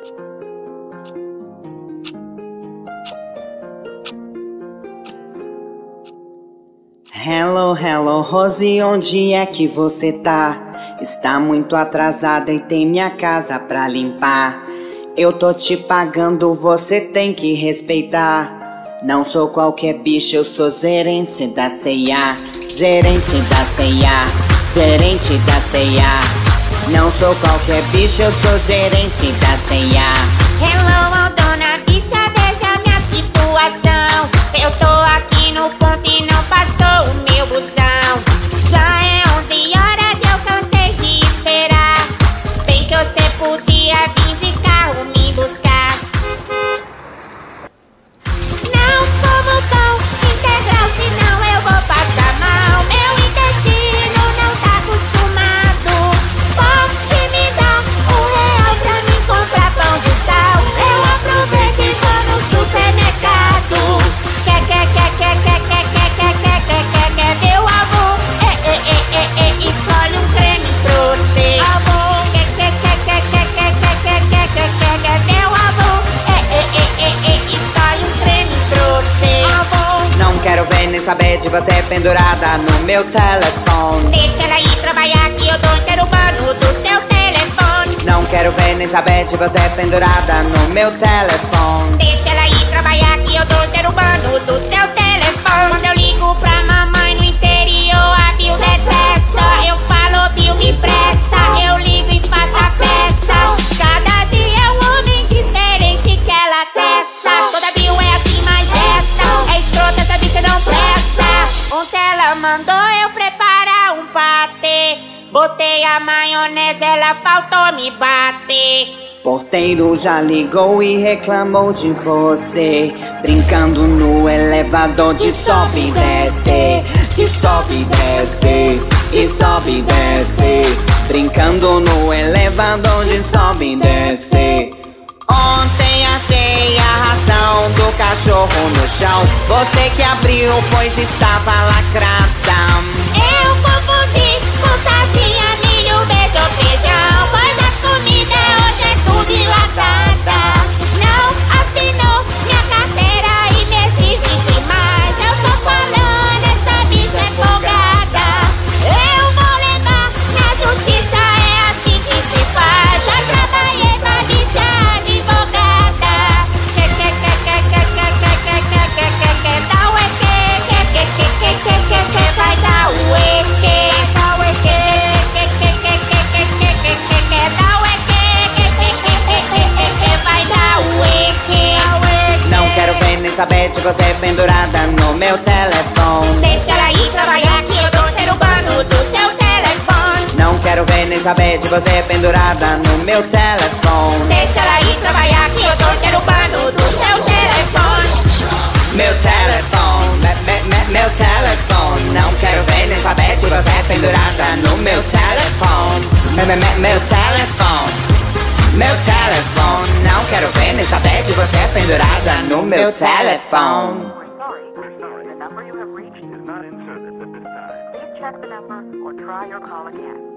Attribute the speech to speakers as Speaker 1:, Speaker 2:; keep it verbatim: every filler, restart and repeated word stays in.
Speaker 1: Hello, hello, Rose, onde é que você tá? Está muito atrasada e tem minha casa pra limpar. Eu tô te pagando, você tem que respeitar. Não sou qualquer bicho, eu sou gerente da C e A. Gerente da C e A, gerente da C e A. Não sou qualquer bicho, eu sou gerente da C e A.
Speaker 2: Hello, dona bicha, veja minha situação. Eu tô aqui no ponto e não passou o meu busão. Já é onze horas, eu cansei de esperar. Bem que você podia vir de carro me buscar. Não como pão integral, senão eu vou passar mal. Meu intestino não tá acostumado. Pode me dar um real pra mim comprar pão de sal. Eu aproveito e vou no supermercado. Quer, quer, quer, quer, quer, quer, quer, quer, quer, quer, quer, quer, meu avô? É, é, é, é, é, escolhe um creme pra você. Avô, quer, quer, quer, quer, quer, quer, quer, quer, quer, quer, quer, quer, meu avô? É, é, é, é, é, escolhe um creme pra você. Avô,
Speaker 1: Não quero ver nem saber de você pendurada no meu telefone.
Speaker 2: deixa ela ir trabalhar que eu tô derrubando do seu telefone.
Speaker 1: Não quero ver nem saber de você pendurada no meu telefone.
Speaker 2: Deixa ela ir trabalhar que eu tô derrubando do seu telefone. Quando eu ligo pra mamãe no interior, a Bill detesta. Eu falo, Bill me presta. Eu ligo e faço a festa. Cada dia é um homem diferente que ela testa. Toda Bill é assim, mas esta é escrota, essa bicha não presta. Ontem ela mandou eu preparar um patê. Botei a maionese, ela faltou me bater.
Speaker 1: Porteiro já ligou e reclamou de você, brincando no elevador de sobe e desce, de sobe e desce, de sobe e desce, brincando no elevador de sobe e desce. Ontem achei a ração do cachorro no chão, você que abriu pois estava lacrada.
Speaker 2: Eu confundi com sardinha, milho, beijo ou feijão. Pois as comidas hoje é tudo enlatada. Não assinou minha carteira e me exige demais. Eu tô falando, essa bicha é folgada. Eu vou levar na justiça, é assim que se faz. Já trabalhei pra bicha advogada. Quer, quer, quer, quer, quer, quer, quer, quer, quer, quer, quer, quer, dá o E Q. Quer, quer, quer, quer, quer, quer, quer, vai dar o E Q. Dá o E Q. Quer, quer, quer, quer, quer, quer, quer, quer, quer, dá o E Q. Quer, quer, quer, quer, quer, quer, quer, vai dar o E Q.
Speaker 1: Não quero ver nem saber de você pendurada no meu telefone.
Speaker 2: Deixa ela ir trabalhar que eu tô derrubando do seu telefone.
Speaker 1: Não quero ver nem saber de você pendurada no meu telefone.
Speaker 2: Deixa ela ir trabalhar que eu tô derrubando do seu telefone.
Speaker 1: Meu telefone, me, me, me, meu telefone. Não quero ver nem saber de você pendurada no meu telefone. Me, me, me, meu telefone, meu telefone. Não quero ver nem saber de você pendurada no meu telefone.
Speaker 3: Sorry, we're sorry. The number you have reached is not in service at this time. Please check the number or try your call again.